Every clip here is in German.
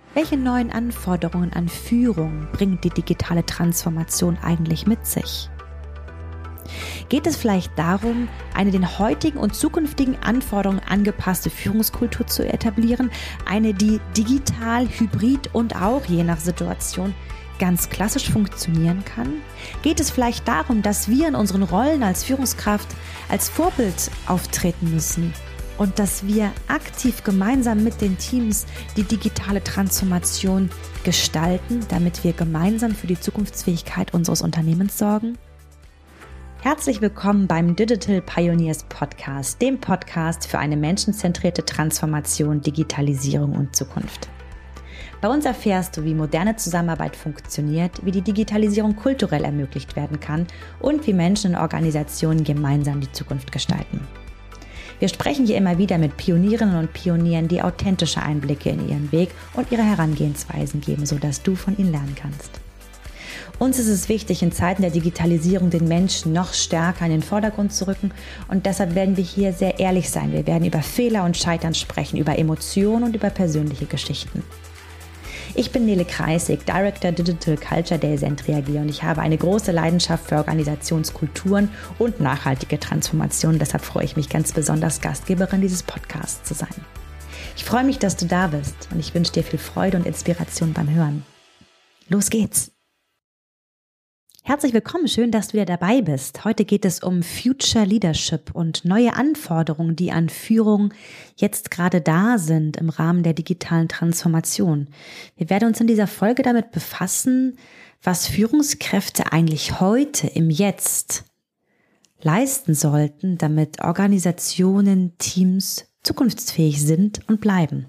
Welche neuen Anforderungen an Führung bringt die digitale Transformation eigentlich mit sich? Geht es vielleicht darum, eine den heutigen und zukünftigen Anforderungen angepasste Führungskultur zu etablieren, eine, die digital, hybrid und auch je nach Situation ganz klassisch funktionieren kann? Geht es vielleicht darum, dass wir in unseren Rollen als Führungskraft als Vorbild auftreten müssen und dass wir aktiv gemeinsam mit den Teams die digitale Transformation gestalten, damit wir gemeinsam für die Zukunftsfähigkeit unseres Unternehmens sorgen? Herzlich willkommen beim Digital Pioneers Podcast, dem Podcast für eine menschenzentrierte Transformation, Digitalisierung und Zukunft. Bei uns erfährst du, wie moderne Zusammenarbeit funktioniert, wie die Digitalisierung kulturell ermöglicht werden kann und wie Menschen in Organisationen gemeinsam die Zukunft gestalten. Wir sprechen hier immer wieder mit Pionierinnen und Pionieren, die authentische Einblicke in ihren Weg und ihre Herangehensweisen geben, sodass du von ihnen lernen kannst. Uns ist es wichtig, in Zeiten der Digitalisierung den Menschen noch stärker in den Vordergrund zu rücken und deshalb werden wir hier sehr ehrlich sein. Wir werden über Fehler und Scheitern sprechen, über Emotionen und über persönliche Geschichten. Ich bin Nele Kreisig, Director Digital Culture der Esentri AG und ich habe eine große Leidenschaft für Organisationskulturen und nachhaltige Transformation. Deshalb freue ich mich ganz besonders, Gastgeberin dieses Podcasts zu sein. Ich freue mich, dass du da bist und ich wünsche dir viel Freude und Inspiration beim Hören. Los geht's! Herzlich willkommen, schön, dass du wieder dabei bist. Heute geht es um Future Leadership und neue Anforderungen, die an Führung jetzt gerade da sind im Rahmen der digitalen Transformation. Wir werden uns in dieser Folge damit befassen, was Führungskräfte eigentlich heute im Jetzt leisten sollten, damit Organisationen, Teams zukunftsfähig sind und bleiben.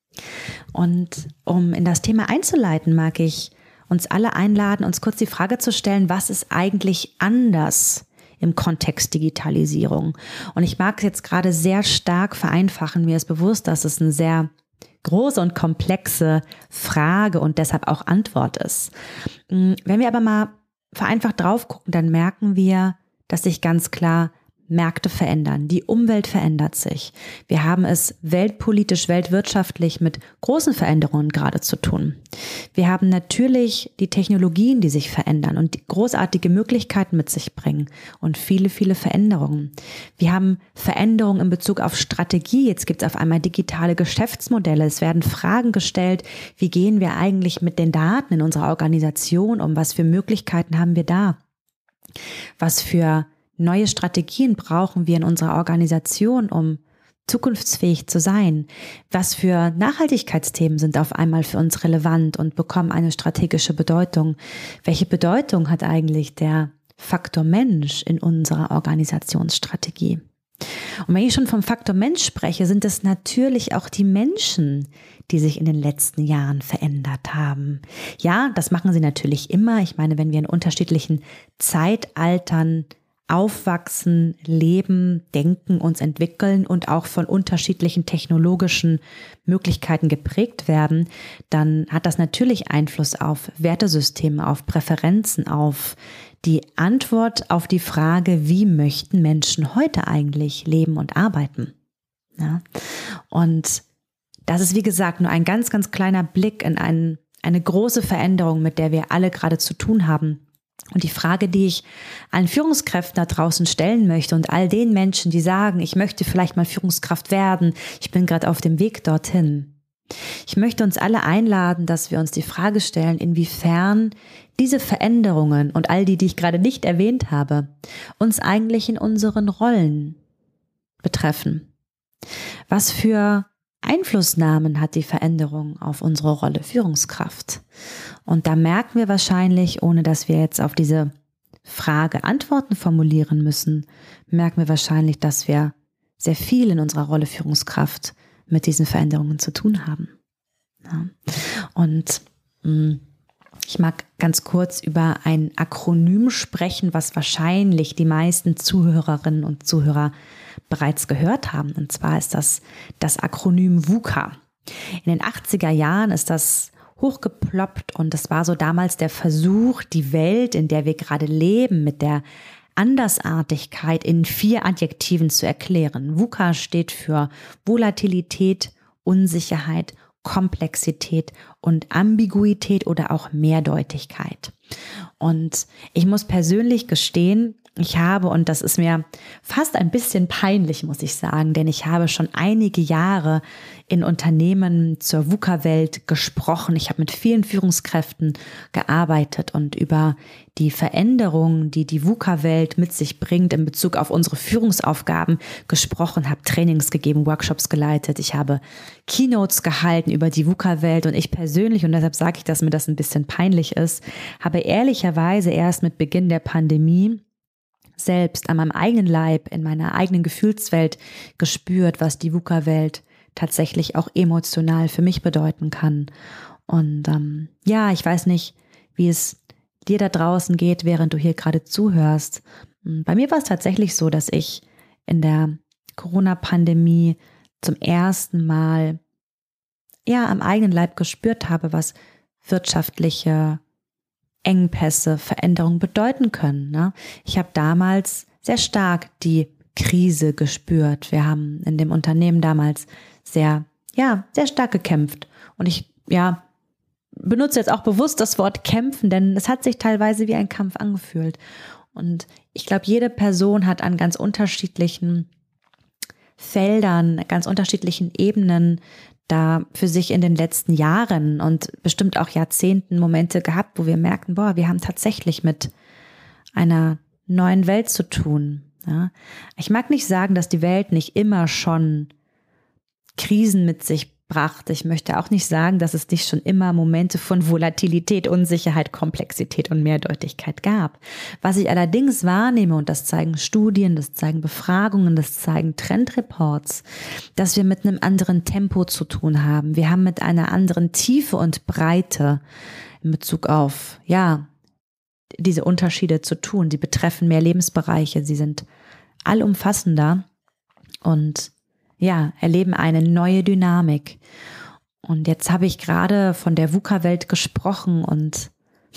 Und um in das Thema einzuleiten, mag ich uns alle einladen, uns kurz die Frage zu stellen, was ist eigentlich anders im Kontext Digitalisierung? Und ich mag es jetzt gerade sehr stark vereinfachen. Mir ist bewusst, dass es eine sehr große und komplexe Frage und deshalb auch Antwort ist. Wenn wir aber mal vereinfacht drauf gucken, dann merken wir, dass sich ganz klar Märkte verändern, die Umwelt verändert sich. Wir haben es weltpolitisch, weltwirtschaftlich mit großen Veränderungen gerade zu tun. Wir haben natürlich die Technologien, die sich verändern und die großartige Möglichkeiten mit sich bringen und viele, viele Veränderungen. Wir haben Veränderungen in Bezug auf Strategie. Jetzt gibt es auf einmal digitale Geschäftsmodelle. Es werden Fragen gestellt, wie gehen wir eigentlich mit den Daten in unserer Organisation um? Was für Möglichkeiten haben wir da? Was für neue Strategien brauchen wir in unserer Organisation, um zukunftsfähig zu sein? Was für Nachhaltigkeitsthemen sind auf einmal für uns relevant und bekommen eine strategische Bedeutung? Welche Bedeutung hat eigentlich der Faktor Mensch in unserer Organisationsstrategie? Und wenn ich schon vom Faktor Mensch spreche, sind es natürlich auch die Menschen, die sich in den letzten Jahren verändert haben. Ja, das machen sie natürlich immer. Ich meine, wenn wir in unterschiedlichen Zeitaltern aufwachsen, leben, denken, uns entwickeln und auch von unterschiedlichen technologischen Möglichkeiten geprägt werden, dann hat das natürlich Einfluss auf Wertesysteme, auf Präferenzen, auf die Antwort auf die Frage, wie möchten Menschen heute eigentlich leben und arbeiten? Ja? Und das ist, wie gesagt, nur ein ganz, ganz kleiner Blick in eine große Veränderung, mit der wir alle gerade zu tun haben. Und die Frage, die ich allen Führungskräften da draußen stellen möchte und all den Menschen, die sagen, ich möchte vielleicht mal Führungskraft werden, ich bin gerade auf dem Weg dorthin. Ich möchte uns alle einladen, dass wir uns die Frage stellen, inwiefern diese Veränderungen und all die ich gerade nicht erwähnt habe, uns eigentlich in unseren Rollen betreffen. Was für Einflussnahmen hat die Veränderung auf unsere Rolle Führungskraft? Und da merken wir wahrscheinlich, ohne dass wir jetzt auf diese Frage Antworten formulieren müssen, merken wir wahrscheinlich, dass wir sehr viel in unserer Rolle Führungskraft mit diesen Veränderungen zu tun haben. Ja. Und ich mag ganz kurz über ein Akronym sprechen, was wahrscheinlich die meisten Zuhörerinnen und Zuhörer bereits gehört haben. Und zwar ist das Akronym VUCA. In den 80er Jahren ist das hochgeploppt und das war so damals der Versuch, die Welt, in der wir gerade leben, mit der Andersartigkeit in 4 Adjektiven zu erklären. VUCA steht für Volatilität, Unsicherheit, Komplexität und Ambiguität oder auch Mehrdeutigkeit. Und ich muss persönlich gestehen, ich habe, und das ist mir fast ein bisschen peinlich, muss ich sagen, denn ich habe schon einige Jahre in Unternehmen zur VUCA-Welt gesprochen. Ich habe mit vielen Führungskräften gearbeitet und über die Veränderungen, die die VUCA-Welt mit sich bringt in Bezug auf unsere Führungsaufgaben gesprochen, habe Trainings gegeben, Workshops geleitet. Ich habe Keynotes gehalten über die VUCA-Welt und ich persönlich, und deshalb sage ich, dass mir das ein bisschen peinlich ist, habe ehrlicherweise erst mit Beginn der Pandemie selbst an meinem eigenen Leib, in meiner eigenen Gefühlswelt gespürt, was die VUCA-Welt tatsächlich auch emotional für mich bedeuten kann. Und ich weiß nicht, wie es dir da draußen geht, während du hier gerade zuhörst. Bei mir war es tatsächlich so, dass ich in der Corona-Pandemie zum ersten Mal am eigenen Leib gespürt habe, was wirtschaftliche Engpässe, Veränderungen bedeuten können. Ne? Ich habe damals sehr stark die Krise gespürt. Wir haben in dem Unternehmen damals sehr stark gekämpft. Und ich benutze jetzt auch bewusst das Wort kämpfen, denn es hat sich teilweise wie ein Kampf angefühlt. Und ich glaube, jede Person hat an ganz unterschiedlichen Feldern, ganz unterschiedlichen Ebenen da für sich in den letzten Jahren und bestimmt auch Jahrzehnten Momente gehabt, wo wir merken, wir haben tatsächlich mit einer neuen Welt zu tun. Ja. Ich mag nicht sagen, dass die Welt nicht immer schon Krisen mit sich brachte. Ich möchte auch nicht sagen, dass es nicht schon immer Momente von Volatilität, Unsicherheit, Komplexität und Mehrdeutigkeit gab. Was ich allerdings wahrnehme, und das zeigen Studien, das zeigen Befragungen, das zeigen Trendreports, dass wir mit einem anderen Tempo zu tun haben. Wir haben mit einer anderen Tiefe und Breite in Bezug auf, diese Unterschiede zu tun. Sie betreffen mehr Lebensbereiche, sie sind allumfassender und erleben eine neue Dynamik. Und jetzt habe ich gerade von der VUCA-Welt gesprochen und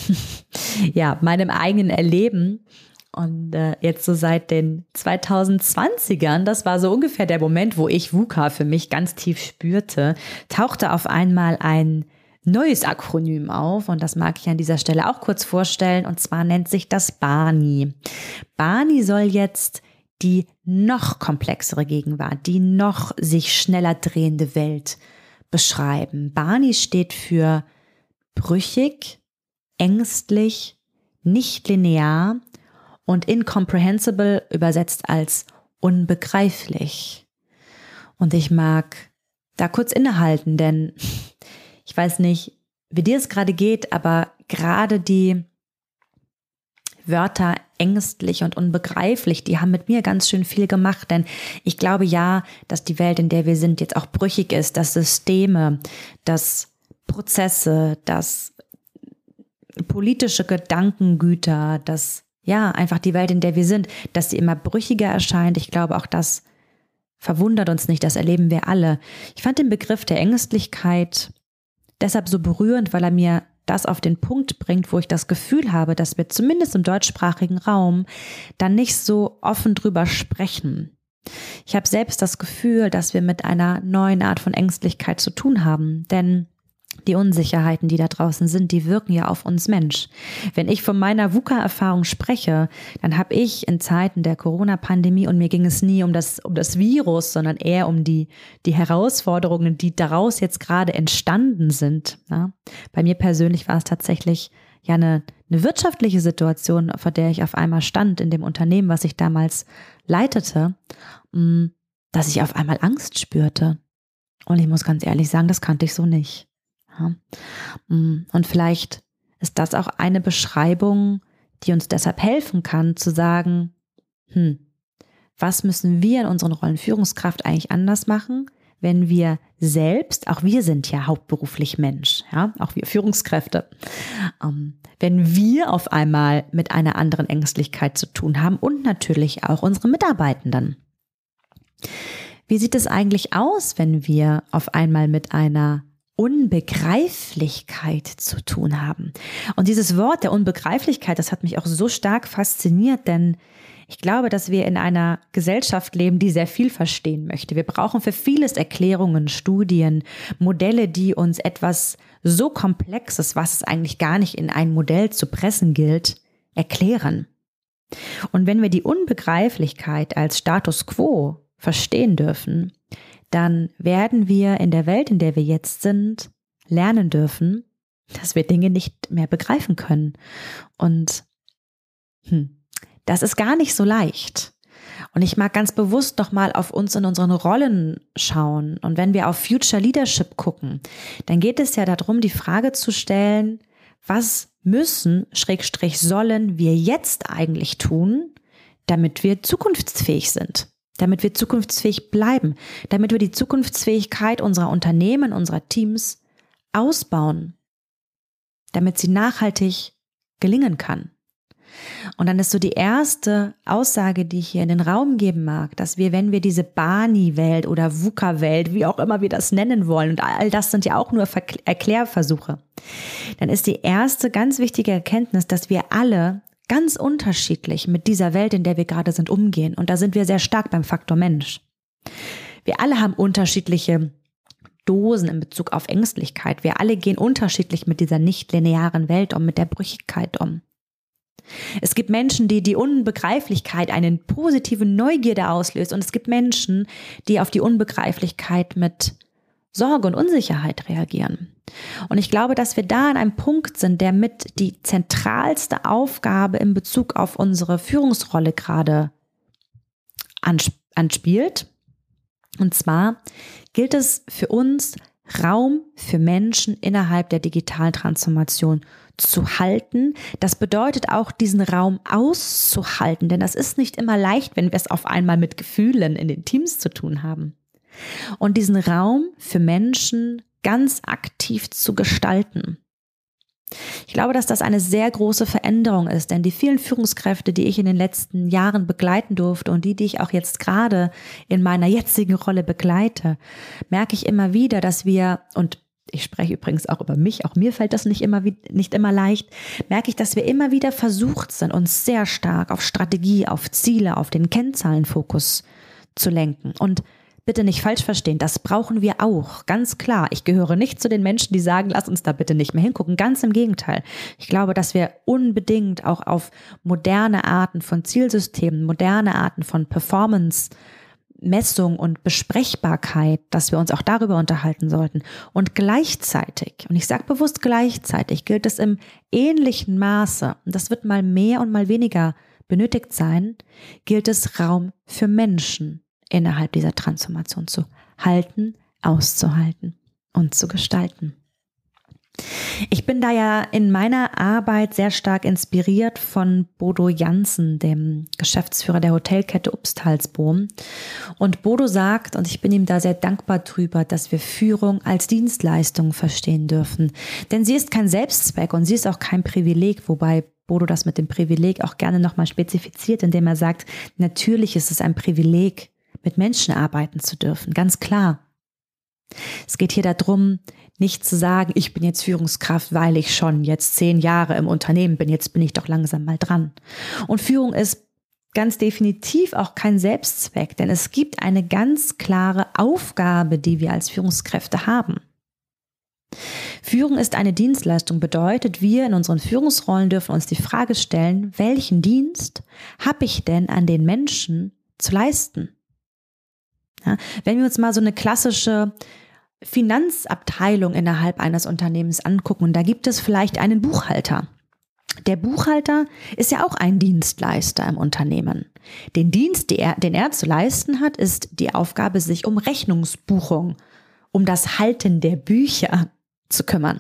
meinem eigenen Erleben. Und jetzt so seit den 2020ern, das war so ungefähr der Moment, wo ich VUCA für mich ganz tief spürte, tauchte auf einmal ein neues Akronym auf. Und das mag ich an dieser Stelle auch kurz vorstellen. Und zwar nennt sich das BANI. BANI soll jetzt die noch komplexere Gegenwart, die noch sich schneller drehende Welt beschreiben. BANI steht für brüchig, ängstlich, nicht linear und incomprehensible übersetzt als unbegreiflich. Und ich mag da kurz innehalten, denn ich weiß nicht, wie dir es gerade geht, aber gerade die Wörter ängstlich und unbegreiflich, die haben mit mir ganz schön viel gemacht, denn ich glaube dass die Welt, in der wir sind, jetzt auch brüchig ist, dass Systeme, dass Prozesse, dass politische Gedankengüter, dass einfach die Welt, in der wir sind, dass sie immer brüchiger erscheint. Ich glaube, auch das verwundert uns nicht, das erleben wir alle. Ich fand den Begriff der Ängstlichkeit deshalb so berührend, weil er mir das auf den Punkt bringt, wo ich das Gefühl habe, dass wir zumindest im deutschsprachigen Raum dann nicht so offen drüber sprechen. Ich habe selbst das Gefühl, dass wir mit einer neuen Art von Ängstlichkeit zu tun haben, denn die Unsicherheiten, die da draußen sind, die wirken ja auf uns Mensch. Wenn ich von meiner VUCA-Erfahrung spreche, dann habe ich in Zeiten der Corona-Pandemie, und mir ging es nie um das Virus, sondern eher um die Herausforderungen, die daraus jetzt gerade entstanden sind. Ja. Bei mir persönlich war es tatsächlich eine wirtschaftliche Situation, vor der ich auf einmal stand in dem Unternehmen, was ich damals leitete, dass ich auf einmal Angst spürte. Und ich muss ganz ehrlich sagen, das kannte ich so nicht. Ja. Und vielleicht ist das auch eine Beschreibung, die uns deshalb helfen kann, zu sagen, was müssen wir in unseren Rollen Führungskraft eigentlich anders machen, wenn wir selbst, auch wir sind ja hauptberuflich Mensch, auch wir Führungskräfte, wenn wir auf einmal mit einer anderen Ängstlichkeit zu tun haben und natürlich auch unsere Mitarbeitenden. Wie sieht es eigentlich aus, wenn wir auf einmal mit einer Unbegreiflichkeit zu tun haben? Und dieses Wort der Unbegreiflichkeit, das hat mich auch so stark fasziniert, denn Ich glaube, dass wir in einer Gesellschaft leben, die sehr viel verstehen möchte. Wir brauchen für vieles Erklärungen, Studien, Modelle, die uns etwas so Komplexes, was es eigentlich gar nicht in ein Modell zu pressen gilt, erklären. Und wenn wir die Unbegreiflichkeit als Status quo verstehen dürfen, dann werden wir in der Welt, in der wir jetzt sind, lernen dürfen, dass wir Dinge nicht mehr begreifen können. Und das ist gar nicht so leicht. Und ich mag ganz bewusst nochmal auf uns in unseren Rollen schauen. Und wenn wir auf Future Leadership gucken, dann geht es ja darum, die Frage zu stellen, was sollen wir jetzt eigentlich tun, damit wir zukunftsfähig sind, damit wir zukunftsfähig bleiben, damit wir die Zukunftsfähigkeit unserer Unternehmen, unserer Teams ausbauen, damit sie nachhaltig gelingen kann. Und dann ist so die erste Aussage, die ich hier in den Raum geben mag, dass wir, wenn wir diese Barney-Welt oder VUCA-Welt, wie auch immer wir das nennen wollen, und all das sind ja auch nur Erklärversuche, dann ist die erste ganz wichtige Erkenntnis, dass wir alle ganz unterschiedlich mit dieser Welt, in der wir gerade sind, umgehen. Und da sind wir sehr stark beim Faktor Mensch. Wir alle haben unterschiedliche Dosen in Bezug auf Ängstlichkeit. Wir alle gehen unterschiedlich mit dieser nicht linearen Welt mit der Brüchigkeit um. Es gibt Menschen, die Unbegreiflichkeit eine positive Neugierde auslöst, und es gibt Menschen, die auf die Unbegreiflichkeit mit Sorge und Unsicherheit reagieren. Und ich glaube, dass wir da an einem Punkt sind, der mit die zentralste Aufgabe in Bezug auf unsere Führungsrolle gerade anspielt. Und zwar gilt es für uns, Raum für Menschen innerhalb der digitalen Transformation zu halten. Das bedeutet auch, diesen Raum auszuhalten, denn das ist nicht immer leicht, wenn wir es auf einmal mit Gefühlen in den Teams zu tun haben. Und diesen Raum für Menschen ganz aktiv zu gestalten. Ich glaube, dass das eine sehr große Veränderung ist, denn die vielen Führungskräfte, die ich in den letzten Jahren begleiten durfte und die ich auch jetzt gerade in meiner jetzigen Rolle begleite, merke ich immer wieder, dass wir, und ich spreche übrigens auch über mich, auch mir fällt das nicht immer leicht, merke ich, dass wir immer wieder versucht sind, uns sehr stark auf Strategie, auf Ziele, auf den Kennzahlenfokus zu lenken. Und bitte nicht falsch verstehen, das brauchen wir auch, ganz klar. Ich gehöre nicht zu den Menschen, die sagen, lass uns da bitte nicht mehr hingucken. Ganz im Gegenteil. Ich glaube, dass wir unbedingt auch auf moderne Arten von Zielsystemen, moderne Arten von Performance, Messung und Besprechbarkeit, dass wir uns auch darüber unterhalten sollten. Und gleichzeitig, und ich sage bewusst gleichzeitig, gilt es im ähnlichen Maße, und das wird mal mehr und mal weniger benötigt sein, gilt es Raum für Menschen innerhalb dieser Transformation zu halten, auszuhalten und zu gestalten. Ich bin da ja in meiner Arbeit sehr stark inspiriert von Bodo Jansen, dem Geschäftsführer der Hotelkette Upstalsboom. Und Bodo sagt, und ich bin ihm da sehr dankbar drüber, dass wir Führung als Dienstleistung verstehen dürfen. Denn sie ist kein Selbstzweck und sie ist auch kein Privileg, wobei Bodo das mit dem Privileg auch gerne nochmal spezifiziert, indem er sagt, natürlich ist es ein Privileg, mit Menschen arbeiten zu dürfen, ganz klar. Es geht hier darum, nicht zu sagen, ich bin jetzt Führungskraft, weil ich schon jetzt 10 Jahre im Unternehmen bin, jetzt bin ich doch langsam mal dran. Und Führung ist ganz definitiv auch kein Selbstzweck, denn es gibt eine ganz klare Aufgabe, die wir als Führungskräfte haben. Führung ist eine Dienstleistung, bedeutet, wir in unseren Führungsrollen dürfen uns die Frage stellen, welchen Dienst habe ich denn an den Menschen zu leisten? Ja, wenn wir uns mal so eine klassische Finanzabteilung innerhalb eines Unternehmens angucken, da gibt es vielleicht einen Buchhalter. Der Buchhalter ist ja auch ein Dienstleister im Unternehmen. Den Dienst, den er zu leisten hat, ist die Aufgabe, sich um Rechnungsbuchung, um das Halten der Bücher zu kümmern.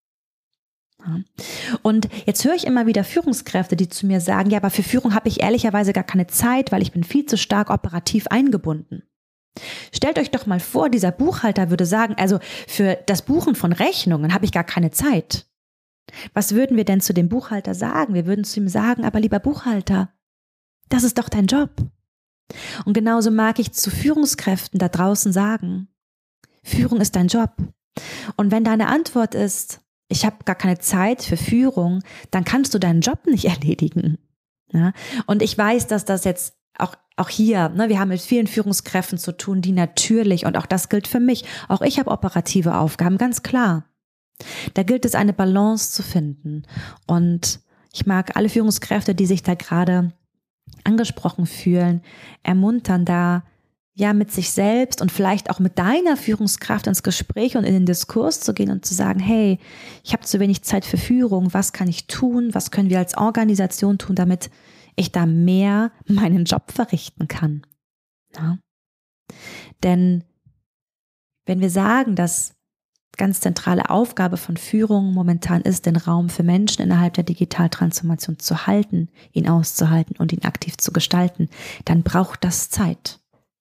Ja. Und jetzt höre ich immer wieder Führungskräfte, die zu mir sagen, ja, aber für Führung habe ich ehrlicherweise gar keine Zeit, weil ich bin viel zu stark operativ eingebunden. Stellt euch doch mal vor, dieser Buchhalter würde sagen, also für das Buchen von Rechnungen habe ich gar keine Zeit. Was würden wir denn zu dem Buchhalter sagen? Wir würden zu ihm sagen, aber lieber Buchhalter, das ist doch dein Job. Und genauso mag ich zu Führungskräften da draußen sagen, Führung ist dein Job. Und wenn deine Antwort ist, ich habe gar keine Zeit für Führung, dann kannst du deinen Job nicht erledigen. Ja? Und ich weiß, dass das jetzt auch hier, ne, wir haben mit vielen Führungskräften zu tun, die natürlich, und auch das gilt für mich, auch ich habe operative Aufgaben, ganz klar. Da gilt es, eine Balance zu finden. Und ich mag alle Führungskräfte, die sich da gerade angesprochen fühlen, ermuntern, da ja mit sich selbst und vielleicht auch mit deiner Führungskraft ins Gespräch und in den Diskurs zu gehen und zu sagen, hey, ich habe zu wenig Zeit für Führung, was kann ich tun, was können wir als Organisation tun, damit ich da mehr meinen Job verrichten kann. Ja? Denn wenn wir sagen, dass ganz zentrale Aufgabe von Führung momentan ist, den Raum für Menschen innerhalb der Digitaltransformation zu halten, ihn auszuhalten und ihn aktiv zu gestalten, dann braucht das Zeit.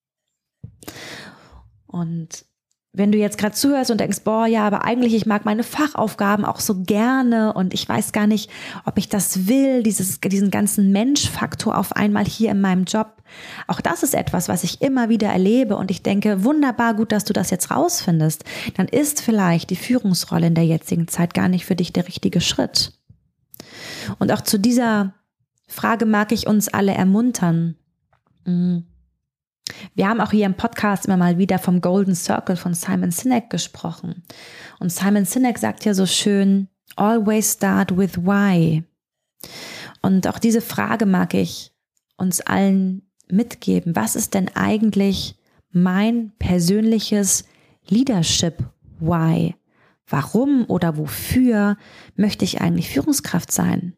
Und wenn du jetzt gerade zuhörst und denkst, boah, ja, aber eigentlich, ich mag meine Fachaufgaben auch so gerne und ich weiß gar nicht, ob ich das will, diesen ganzen Menschfaktor auf einmal hier in meinem Job. Auch das ist etwas, was ich immer wieder erlebe und ich denke, wunderbar, gut, dass du das jetzt rausfindest. Dann ist vielleicht die Führungsrolle in der jetzigen Zeit gar nicht für dich der richtige Schritt. Und auch zu dieser Frage mag ich uns alle ermuntern. Wir haben auch hier im Podcast immer mal wieder vom Golden Circle von Simon Sinek gesprochen. Und Simon Sinek sagt ja so schön, always start with why. Und auch diese Frage mag ich uns allen mitgeben. Was ist denn eigentlich mein persönliches Leadership why? Warum oder wofür möchte ich eigentlich Führungskraft sein?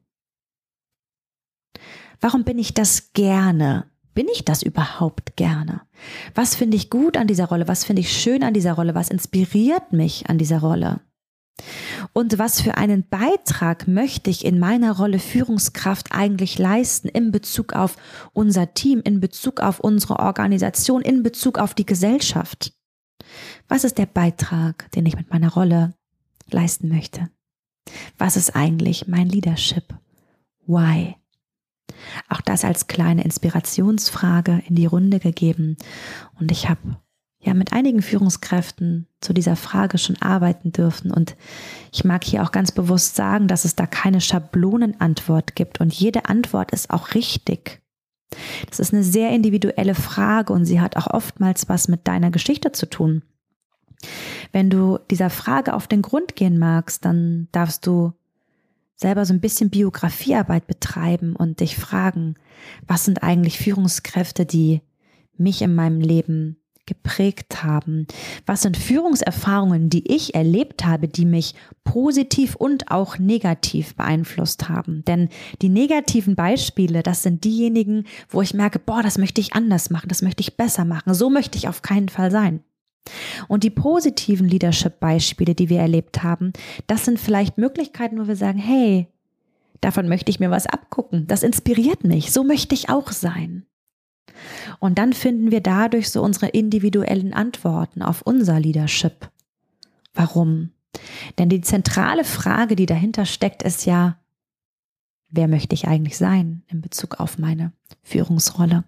Warum bin ich das gerne? Bin ich das überhaupt gerne? Was finde ich gut an dieser Rolle? Was finde ich schön an dieser Rolle? Was inspiriert mich an dieser Rolle? Und was für einen Beitrag möchte ich in meiner Rolle Führungskraft eigentlich leisten in Bezug auf unser Team, in Bezug auf unsere Organisation, in Bezug auf die Gesellschaft? Was ist der Beitrag, den ich mit meiner Rolle leisten möchte? Was ist eigentlich mein Leadership? Why? Auch das als kleine Inspirationsfrage in die Runde gegeben. Und ich habe ja mit einigen Führungskräften zu dieser Frage schon arbeiten dürfen. Und ich mag hier auch ganz bewusst sagen, dass es da keine Schablonenantwort gibt. Und jede Antwort ist auch richtig. Das ist eine sehr individuelle Frage und sie hat auch oftmals was mit deiner Geschichte zu tun. Wenn du dieser Frage auf den Grund gehen magst, dann darfst du selber so ein bisschen Biografiearbeit betreiben und dich fragen, was sind eigentlich Führungskräfte, die mich in meinem Leben geprägt haben? Was sind Führungserfahrungen, die ich erlebt habe, die mich positiv und auch negativ beeinflusst haben? Denn die negativen Beispiele, das sind diejenigen, wo ich merke, boah, das möchte ich anders machen, das möchte ich besser machen, so möchte ich auf keinen Fall sein. Und die positiven Leadership-Beispiele, die wir erlebt haben, das sind vielleicht Möglichkeiten, wo wir sagen, hey, davon möchte ich mir was abgucken. Das inspiriert mich. So möchte ich auch sein. Und dann finden wir dadurch so unsere individuellen Antworten auf unser Leadership. Warum? Denn die zentrale Frage, die dahinter steckt, ist ja, wer möchte ich eigentlich sein in Bezug auf meine Führungsrolle?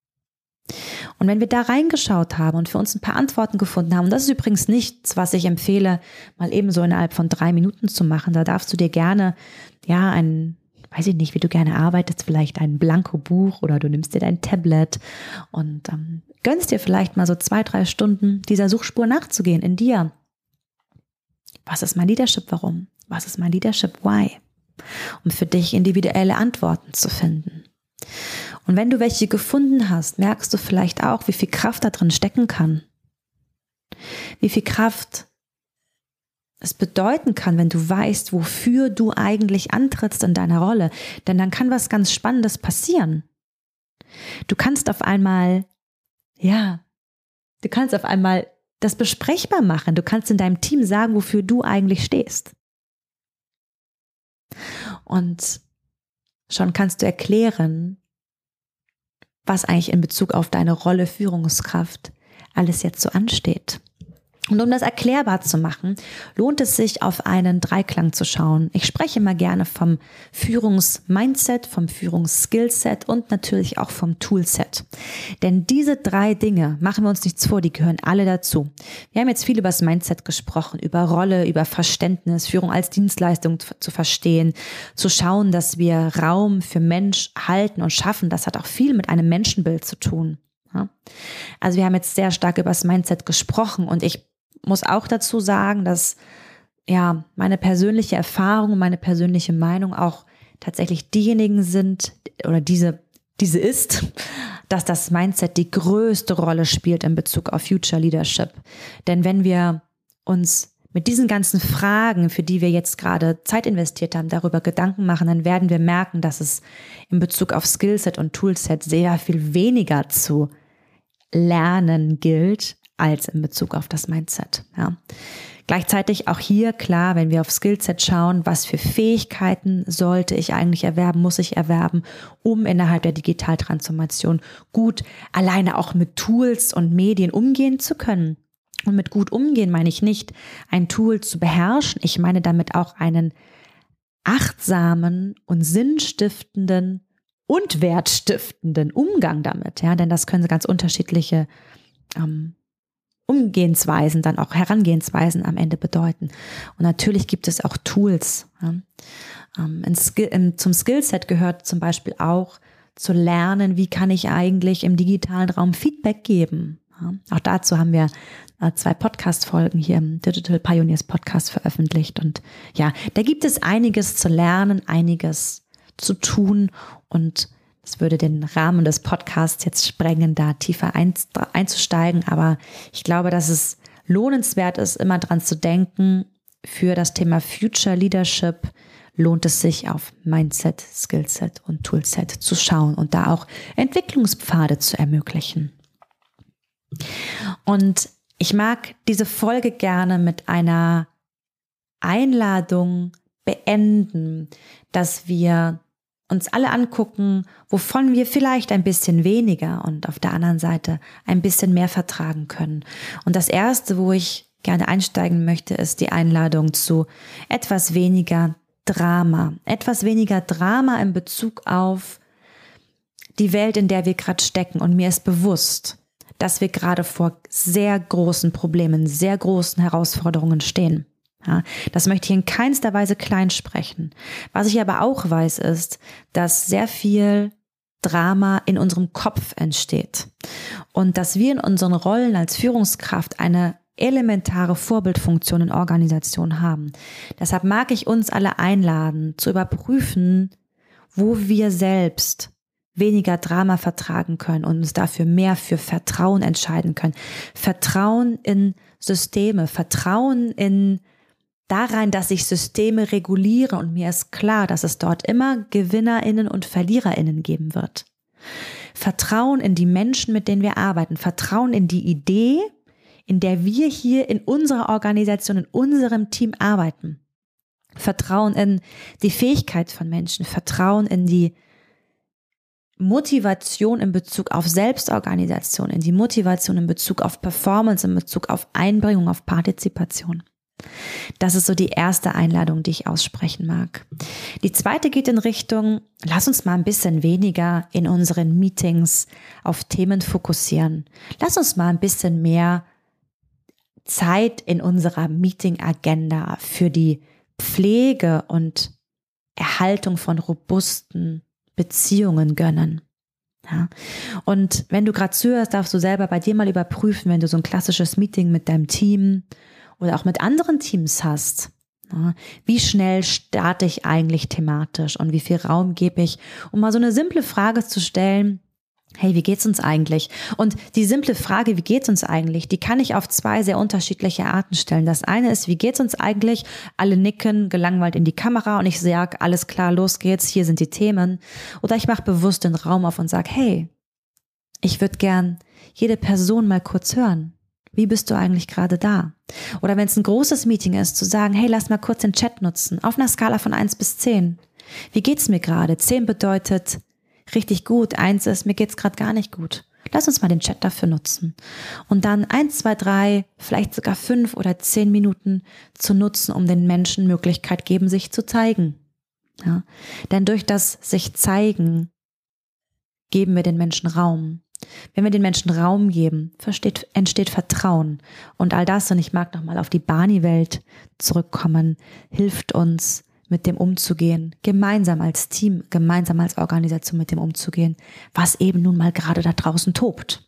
Und wenn wir da reingeschaut haben und für uns ein paar Antworten gefunden haben, und das ist übrigens nichts, was ich empfehle, mal eben so innerhalb von 3 Minuten zu machen, da darfst du dir gerne, ja, weiß ich nicht, wie du gerne arbeitest, vielleicht ein Blankobuch oder du nimmst dir dein Tablet und gönnst dir vielleicht mal so 2-3 Stunden dieser Suchspur nachzugehen in dir. Was ist mein Leadership, warum? Was ist mein Leadership, why? Um für dich individuelle Antworten zu finden. Und wenn du welche gefunden hast, merkst du vielleicht auch, wie viel Kraft da drin stecken kann. Wie viel Kraft es bedeuten kann, wenn du weißt, wofür du eigentlich antrittst in deiner Rolle. Denn dann kann was ganz Spannendes passieren. Du kannst auf einmal das besprechbar machen. Du kannst in deinem Team sagen, wofür du eigentlich stehst. Und schon kannst du erklären, was eigentlich in Bezug auf deine Rolle Führungskraft alles jetzt so ansteht. Und um das erklärbar zu machen, lohnt es sich, auf einen Dreiklang zu schauen. Ich spreche immer gerne vom Führungsmindset, vom Führungsskillset und natürlich auch vom Toolset. Denn diese 3 Dinge, machen wir uns nichts vor, die gehören alle dazu. Wir haben jetzt viel über das Mindset gesprochen, über Rolle, über Verständnis, Führung als Dienstleistung zu verstehen, zu schauen, dass wir Raum für Mensch halten und schaffen. Das hat auch viel mit einem Menschenbild zu tun. Also wir haben jetzt sehr stark über das Mindset gesprochen und ich muss auch dazu sagen, dass meine persönliche Erfahrung, meine persönliche Meinung auch tatsächlich diejenigen sind oder diese ist, dass das Mindset die größte Rolle spielt in Bezug auf Future Leadership. Denn wenn wir uns mit diesen ganzen Fragen, für die wir jetzt gerade Zeit investiert haben, darüber Gedanken machen, dann werden wir merken, dass es in Bezug auf Skillset und Toolset sehr viel weniger zu lernen gilt, als in Bezug auf das Mindset. Ja. Gleichzeitig auch hier klar, wenn wir auf Skillset schauen, was für Fähigkeiten sollte ich eigentlich erwerben, muss ich erwerben, um innerhalb der Digitaltransformation gut alleine auch mit Tools und Medien umgehen zu können. Und mit gut umgehen meine ich nicht, ein Tool zu beherrschen. Ich meine damit auch einen achtsamen und sinnstiftenden und wertstiftenden Umgang damit. Ja, denn das können ganz unterschiedliche Umgehensweisen, dann auch Herangehensweisen am Ende bedeuten. Und natürlich gibt es auch Tools. Zum Skillset gehört zum Beispiel auch zu lernen, wie kann ich eigentlich im digitalen Raum Feedback geben. Auch dazu haben wir 2 Podcast-Folgen hier im Digital Pioneers Podcast veröffentlicht. Und ja, da gibt es einiges zu lernen, einiges zu tun und es würde den Rahmen des Podcasts jetzt sprengen, da tiefer einzusteigen. Aber ich glaube, dass es lohnenswert ist, immer dran zu denken, für das Thema Future Leadership lohnt es sich, auf Mindset, Skillset und Toolset zu schauen und da auch Entwicklungspfade zu ermöglichen. Und ich mag diese Folge gerne mit einer Einladung beenden, dass wir uns alle angucken, wovon wir vielleicht ein bisschen weniger und auf der anderen Seite ein bisschen mehr vertragen können. Und das Erste, wo ich gerne einsteigen möchte, ist die Einladung zu etwas weniger Drama. Etwas weniger Drama in Bezug auf die Welt, in der wir gerade stecken. Und mir ist bewusst, dass wir gerade vor sehr großen Problemen, sehr großen Herausforderungen stehen. Ja, das möchte ich in keinster Weise klein sprechen. Was ich aber auch weiß, ist, dass sehr viel Drama in unserem Kopf entsteht und dass wir in unseren Rollen als Führungskraft eine elementare Vorbildfunktion in Organisationen haben. Deshalb mag ich uns alle einladen, zu überprüfen, wo wir selbst weniger Drama vertragen können und uns dafür mehr für Vertrauen entscheiden können. Vertrauen in Systeme, Vertrauen in darein, dass ich Systeme reguliere und mir ist klar, dass es dort immer GewinnerInnen und VerliererInnen geben wird. Vertrauen in die Menschen, mit denen wir arbeiten. Vertrauen in die Idee, in der wir hier in unserer Organisation, in unserem Team arbeiten. Vertrauen in die Fähigkeit von Menschen. Vertrauen in die Motivation in Bezug auf Selbstorganisation, in die Motivation in Bezug auf Performance, in Bezug auf Einbringung, auf Partizipation. Das ist so die erste Einladung, die ich aussprechen mag. Die zweite geht in Richtung, lass uns mal ein bisschen weniger in unseren Meetings auf Themen fokussieren. Lass uns mal ein bisschen mehr Zeit in unserer Meeting-Agenda für die Pflege und Erhaltung von robusten Beziehungen gönnen. Ja. Und wenn du gerade zuhörst, darfst du selber bei dir mal überprüfen, wenn du so ein klassisches Meeting mit deinem Team oder auch mit anderen Teams hast. Ja, wie schnell starte ich eigentlich thematisch und wie viel Raum gebe ich, um mal so eine simple Frage zu stellen, hey, wie geht's uns eigentlich? Und die simple Frage, wie geht's uns eigentlich, die kann ich auf 2 sehr unterschiedliche Arten stellen. Das eine ist, wie geht's uns eigentlich? Alle nicken gelangweilt in die Kamera und ich sage, alles klar, los geht's, hier sind die Themen. Oder ich mache bewusst den Raum auf und sage, hey, ich würde gern jede Person mal kurz hören. Wie bist du eigentlich gerade da? Oder wenn es ein großes Meeting ist, zu sagen, hey, lass mal kurz den Chat nutzen, auf einer Skala von 1 bis 10. Wie geht's mir gerade? 10 bedeutet richtig gut, 1 ist, mir geht's gerade gar nicht gut. Lass uns mal den Chat dafür nutzen. Und dann 1, 2, 3, vielleicht sogar 5 oder 10 Minuten zu nutzen, um den Menschen Möglichkeit geben, sich zu zeigen. Ja? Denn durch das sich zeigen, geben wir den Menschen Raum. Wenn wir den Menschen Raum geben, entsteht Vertrauen. Und all das, und ich mag nochmal auf die Barney-Welt zurückkommen, hilft uns, mit dem umzugehen, gemeinsam als Team, gemeinsam als Organisation mit dem umzugehen, was eben nun mal gerade da draußen tobt.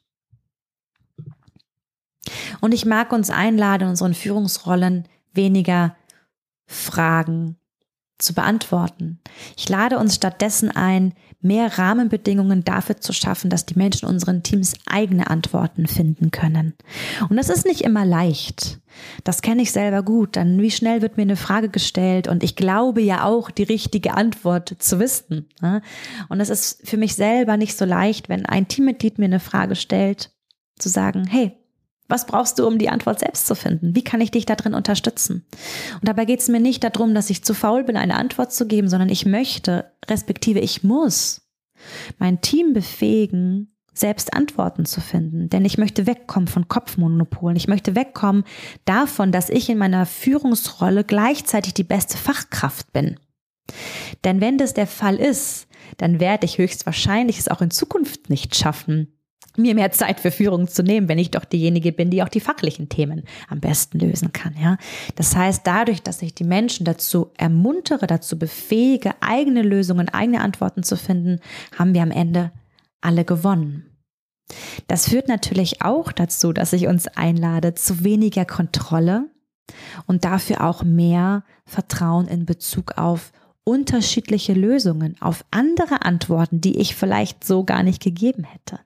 Und ich mag uns einladen, in unseren Führungsrollen weniger Fragen zu beantworten. Ich lade uns stattdessen ein, mehr Rahmenbedingungen dafür zu schaffen, dass die Menschen in unseren Teams eigene Antworten finden können. Und das ist nicht immer leicht. Das kenne ich selber gut. Dann wie schnell wird mir eine Frage gestellt und ich glaube ja auch, die richtige Antwort zu wissen. Und es ist für mich selber nicht so leicht, wenn ein Teammitglied mir eine Frage stellt, zu sagen, hey, was brauchst du, um die Antwort selbst zu finden? Wie kann ich dich da drin unterstützen? Und dabei geht es mir nicht darum, dass ich zu faul bin, eine Antwort zu geben, sondern ich möchte, respektive ich muss, mein Team befähigen, selbst Antworten zu finden. Denn ich möchte wegkommen von Kopfmonopolen. Ich möchte wegkommen davon, dass ich in meiner Führungsrolle gleichzeitig die beste Fachkraft bin. Denn wenn das der Fall ist, dann werde ich höchstwahrscheinlich es auch in Zukunft nicht schaffen, mir mehr Zeit für Führung zu nehmen, wenn ich doch diejenige bin, die auch die fachlichen Themen am besten lösen kann. Ja? Das heißt, dadurch, dass ich die Menschen dazu ermuntere, dazu befähige, eigene Lösungen, eigene Antworten zu finden, haben wir am Ende alle gewonnen. Das führt natürlich auch dazu, dass ich uns einlade zu weniger Kontrolle und dafür auch mehr Vertrauen in Bezug auf unterschiedliche Lösungen, auf andere Antworten, die ich vielleicht so gar nicht gegeben hätte.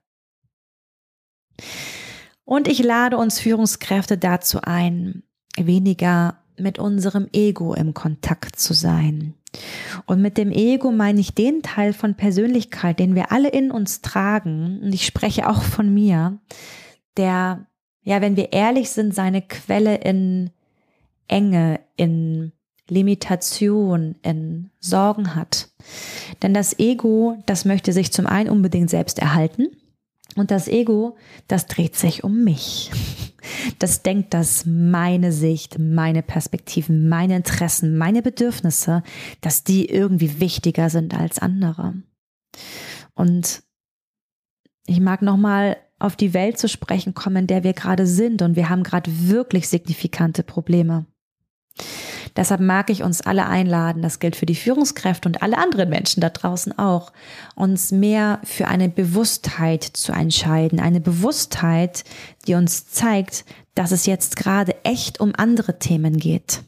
Und ich lade uns Führungskräfte dazu ein, weniger mit unserem Ego im Kontakt zu sein. Und mit dem Ego meine ich den Teil von Persönlichkeit, den wir alle in uns tragen. Und ich spreche auch von mir, der, ja, wenn wir ehrlich sind, seine Quelle in Enge, in Limitation, in Sorgen hat. Denn das Ego, das möchte sich zum einen unbedingt selbst erhalten. Und das Ego, das dreht sich um mich. Das denkt, dass meine Sicht, meine Perspektiven, meine Interessen, meine Bedürfnisse, dass die irgendwie wichtiger sind als andere. Und ich mag nochmal auf die Welt zu sprechen kommen, in der wir gerade sind. Und wir haben gerade wirklich signifikante Probleme. Deshalb mag ich uns alle einladen, das gilt für die Führungskräfte und alle anderen Menschen da draußen auch, uns mehr für eine Bewusstheit zu entscheiden. Eine Bewusstheit, die uns zeigt, dass es jetzt gerade echt um andere Themen geht.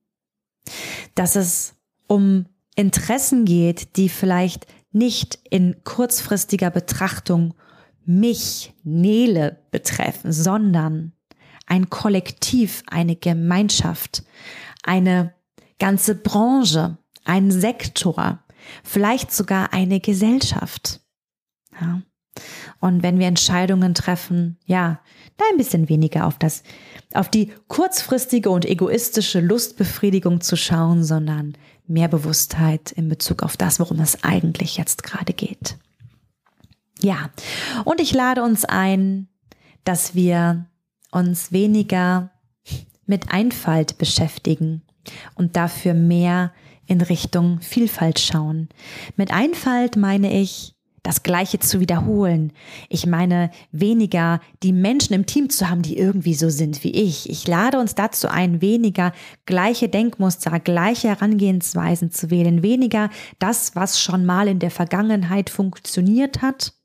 Dass es um Interessen geht, die vielleicht nicht in kurzfristiger Betrachtung mich, Nele, betreffen, sondern ein Kollektiv, eine Gemeinschaft, eine ganze Branche, ein Sektor, vielleicht sogar eine Gesellschaft. Ja. Und wenn wir Entscheidungen treffen, ja, da ein bisschen weniger auf die kurzfristige und egoistische Lustbefriedigung zu schauen, sondern mehr Bewusstheit in Bezug auf das, worum es eigentlich jetzt gerade geht. Ja, und ich lade uns ein, dass wir uns weniger mit Einfalt beschäftigen und dafür mehr in Richtung Vielfalt schauen. Mit Einfalt meine ich, das Gleiche zu wiederholen. Ich meine, weniger die Menschen im Team zu haben, die irgendwie so sind wie ich. Ich lade uns dazu ein, weniger gleiche Denkmuster, gleiche Herangehensweisen zu wählen, weniger das, was schon mal in der Vergangenheit funktioniert hat,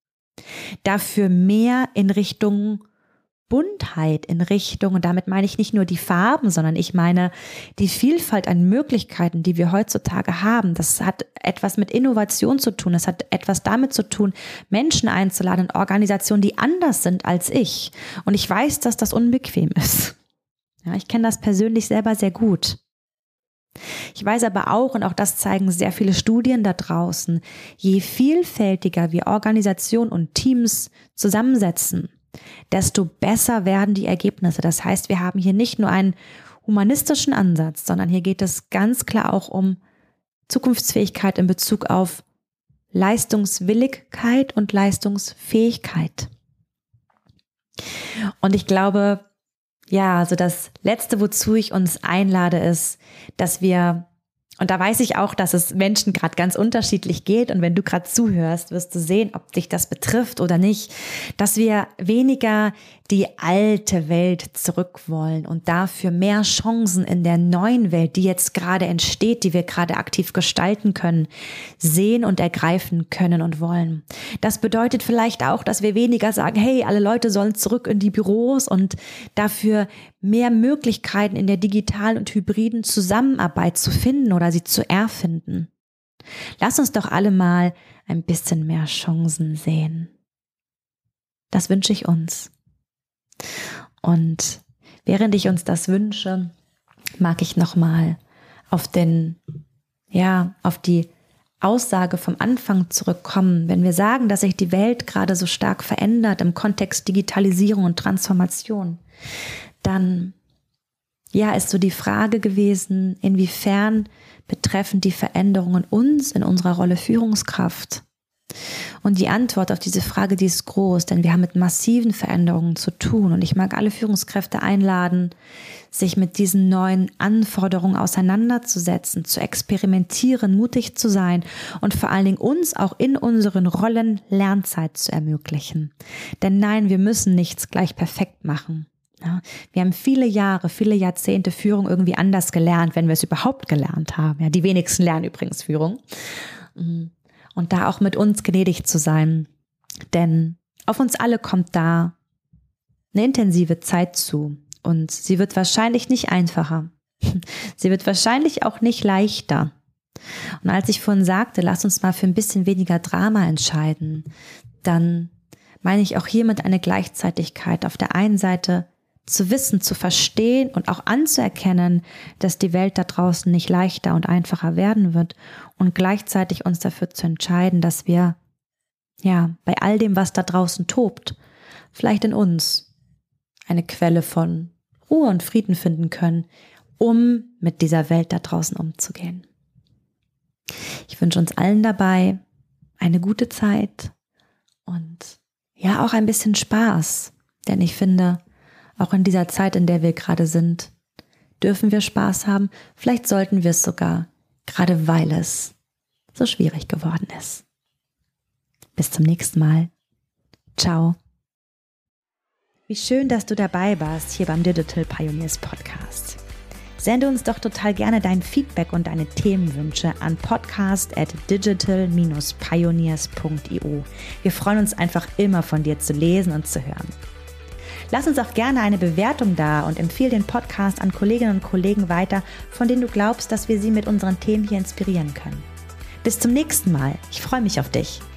dafür mehr in Richtung Buntheit, in Richtung, und damit meine ich nicht nur die Farben, sondern ich meine die Vielfalt an Möglichkeiten, die wir heutzutage haben. Das hat etwas mit Innovation zu tun, es hat etwas damit zu tun, Menschen einzuladen in Organisationen, die anders sind als ich. Und ich weiß, dass das unbequem ist. Ja, ich kenne das persönlich selber sehr gut. Ich weiß aber auch, und auch das zeigen sehr viele Studien da draußen, je vielfältiger wir Organisationen und Teams zusammensetzen, desto besser werden die Ergebnisse. Das heißt, wir haben hier nicht nur einen humanistischen Ansatz, sondern hier geht es ganz klar auch um Zukunftsfähigkeit in Bezug auf Leistungswilligkeit und Leistungsfähigkeit. Und ich glaube, ja, also das Letzte, wozu ich uns einlade, ist, dass wir, und da weiß ich auch, dass es Menschen gerade ganz unterschiedlich geht, und wenn du gerade zuhörst, wirst du sehen, ob dich das betrifft oder nicht, dass wir weniger die alte Welt zurück wollen und dafür mehr Chancen in der neuen Welt, die jetzt gerade entsteht, die wir gerade aktiv gestalten können, sehen und ergreifen können und wollen. Das bedeutet vielleicht auch, dass wir weniger sagen, hey, alle Leute sollen zurück in die Büros, und dafür mehr Möglichkeiten in der digitalen und hybriden Zusammenarbeit zu finden oder sie zu erfinden. Lass uns doch alle mal ein bisschen mehr Chancen sehen. Das wünsche ich uns. Und während ich uns das wünsche, mag ich nochmal auf die Aussage vom Anfang zurückkommen. Wenn wir sagen, dass sich die Welt gerade so stark verändert im Kontext Digitalisierung und Transformation, dann ist so die Frage gewesen, inwiefern betreffen die Veränderungen uns in unserer Rolle Führungskraft? Und die Antwort auf diese Frage, die ist groß, denn wir haben mit massiven Veränderungen zu tun. Und ich mag alle Führungskräfte einladen, sich mit diesen neuen Anforderungen auseinanderzusetzen, zu experimentieren, mutig zu sein und vor allen Dingen uns auch in unseren Rollen Lernzeit zu ermöglichen. Denn nein, wir müssen nichts gleich perfekt machen. Ja, wir haben viele Jahre, viele Jahrzehnte Führung irgendwie anders gelernt, wenn wir es überhaupt gelernt haben. Ja, die wenigsten lernen übrigens Führung. Und da auch mit uns gnädig zu sein, denn auf uns alle kommt da eine intensive Zeit zu, und sie wird wahrscheinlich nicht einfacher. Sie wird wahrscheinlich auch nicht leichter. Und als ich vorhin sagte, lass uns mal für ein bisschen weniger Drama entscheiden, dann meine ich auch hiermit eine Gleichzeitigkeit. Auf der einen Seite zu wissen, zu verstehen und auch anzuerkennen, dass die Welt da draußen nicht leichter und einfacher werden wird, und gleichzeitig uns dafür zu entscheiden, dass wir bei all dem, was da draußen tobt, vielleicht in uns eine Quelle von Ruhe und Frieden finden können, um mit dieser Welt da draußen umzugehen. Ich wünsche uns allen dabei eine gute Zeit und auch ein bisschen Spaß, denn ich finde, auch in dieser Zeit, in der wir gerade sind, dürfen wir Spaß haben. Vielleicht sollten wir es sogar, gerade weil es so schwierig geworden ist. Bis zum nächsten Mal. Ciao. Wie schön, dass du dabei warst hier beim Digital Pioneers Podcast. Sende uns doch total gerne dein Feedback und deine Themenwünsche an podcast@digital-pioneers.io. Wir freuen uns einfach immer, von dir zu lesen und zu hören. Lass uns auch gerne eine Bewertung da und empfehle den Podcast an Kolleginnen und Kollegen weiter, von denen du glaubst, dass wir sie mit unseren Themen hier inspirieren können. Bis zum nächsten Mal. Ich freue mich auf dich.